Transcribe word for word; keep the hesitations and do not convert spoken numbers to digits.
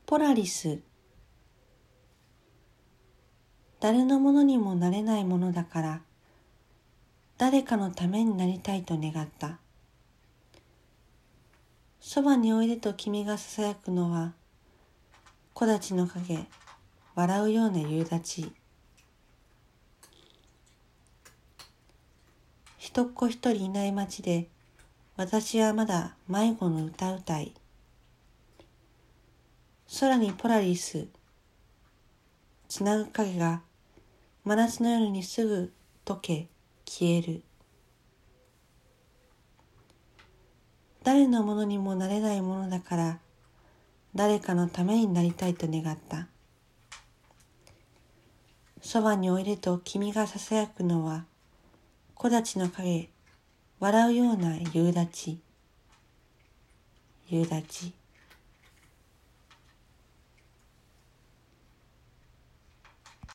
ポラリス。誰のものにもなれないものだから、誰かのためになりたいと願った。そばにおいでと君がささやくのは、木立の影、笑うような夕立ち。人っ子一人いない街で、私はまだ迷子の歌うたい。空にポラリス、つなぐ影が真夏の夜にすぐ溶け消える。誰のものにもなれないものだから、誰かのためになりたいと願った。そばにおいでと君がささやくのは、木立の影、笑うような夕立ち、夕立ち。